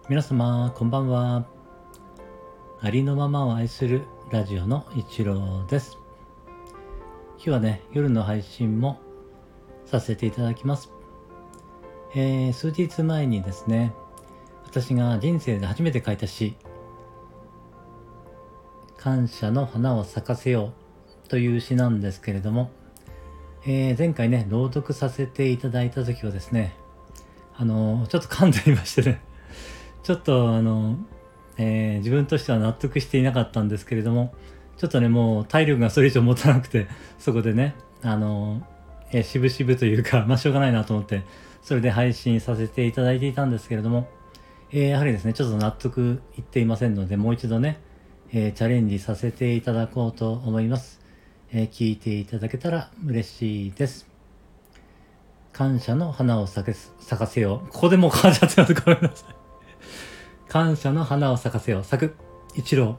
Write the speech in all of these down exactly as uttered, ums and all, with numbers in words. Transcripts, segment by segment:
皆様こんばんは。ありのままを愛するラジオの一郎です。今日はね、夜の配信もさせていただきます。えー、数日前にですね、私が人生で初めて書いた詩、感謝の花を咲かせようという詩なんですけれども、えー、前回ね、朗読させていただいた時はですね、あのー、ちょっと噛んでいましてね、ちょっとあの、えー、自分としては納得していなかったんですけれども、ちょっとね、もう体力がそれ以上持たなくて、そこでね、あの、えー、渋々というか、まあしょうがないなと思って、それで配信させていただいていたんですけれども、えー、やはりですね、ちょっと納得いっていませんので、もう一度ね、えー、チャレンジさせていただこうと思います。えー、聞いていただけたら嬉しいです。感謝の花を咲かせよう。ここでもう変わっちゃってます。ごめんなさい。感謝の花を咲かせよ。咲く。一郎。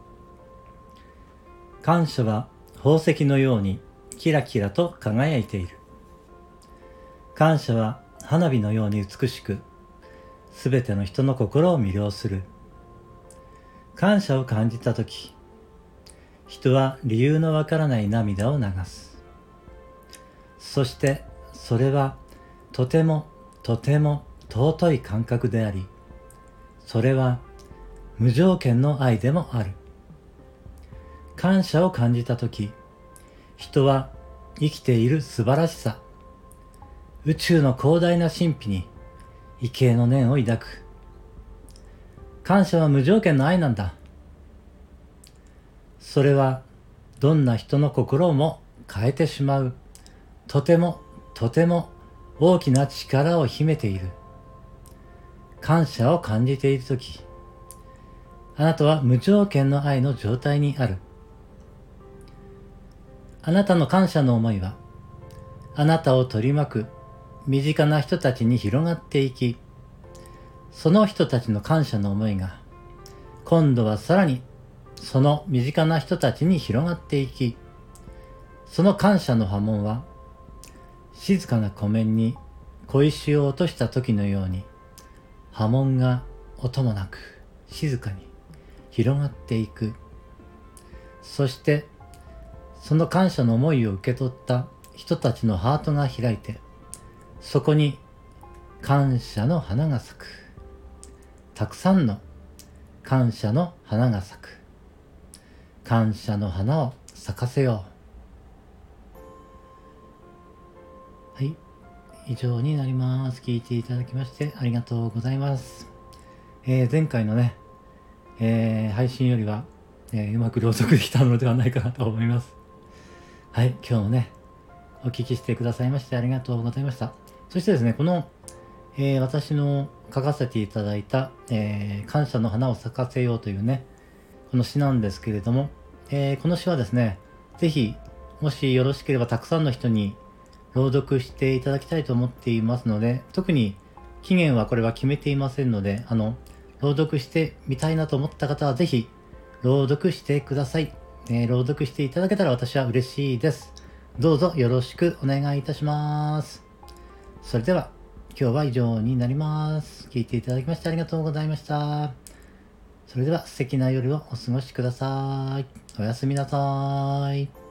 感謝は宝石のようにキラキラと輝いている。感謝は花火のように美しく、すべての人の心を魅了する。感謝を感じたとき、人は理由のわからない涙を流す。そしてそれはとてもとても尊い感覚であり、それは無条件の愛でもある。感謝を感じたとき、人は生きている素晴らしさ、宇宙の広大な神秘に畏敬の念を抱く。感謝は無条件の愛なんだ。それはどんな人の心をも変えてしまう、とてもとても大きな力を秘めている。感謝を感じているとき、あなたは無条件の愛の状態にある。あなたの感謝の思いは、あなたを取り巻く身近な人たちに広がっていき、その人たちの感謝の思いが、今度はさらにその身近な人たちに広がっていき、その感謝の波紋は、静かな湖面に小石を落とした時のように、波紋が音もなく静かに広がっていく。そして、その感謝の思いを受け取った人たちのハートが開いて、そこに感謝の花が咲く。たくさんの感謝の花が咲く。感謝の花を咲かせよう。はい。以上になります。聞いていただきましてありがとうございます。えー、前回のね、えー、配信よりは、えー、うまく朗読できたのではないかなと思います。はい。今日もね、お聞きしてくださいましてありがとうございました。そしてですね、この、えー、私の書かせていただいた、えー、感謝の花を咲かせようというね、この詩なんですけれども、えー、この詩はですね、ぜひ、もしよろしければたくさんの人に朗読していただきたいと思っていますので、特に期限はこれは決めていませんので、あの、朗読してみたいなと思った方はぜひ、朗読してください。えー、朗読していただけたら私は嬉しいです。どうぞよろしくお願いいたします。それでは、今日は以上になります。聞いていただきましてありがとうございました。それでは素敵な夜をお過ごしください。おやすみなさい。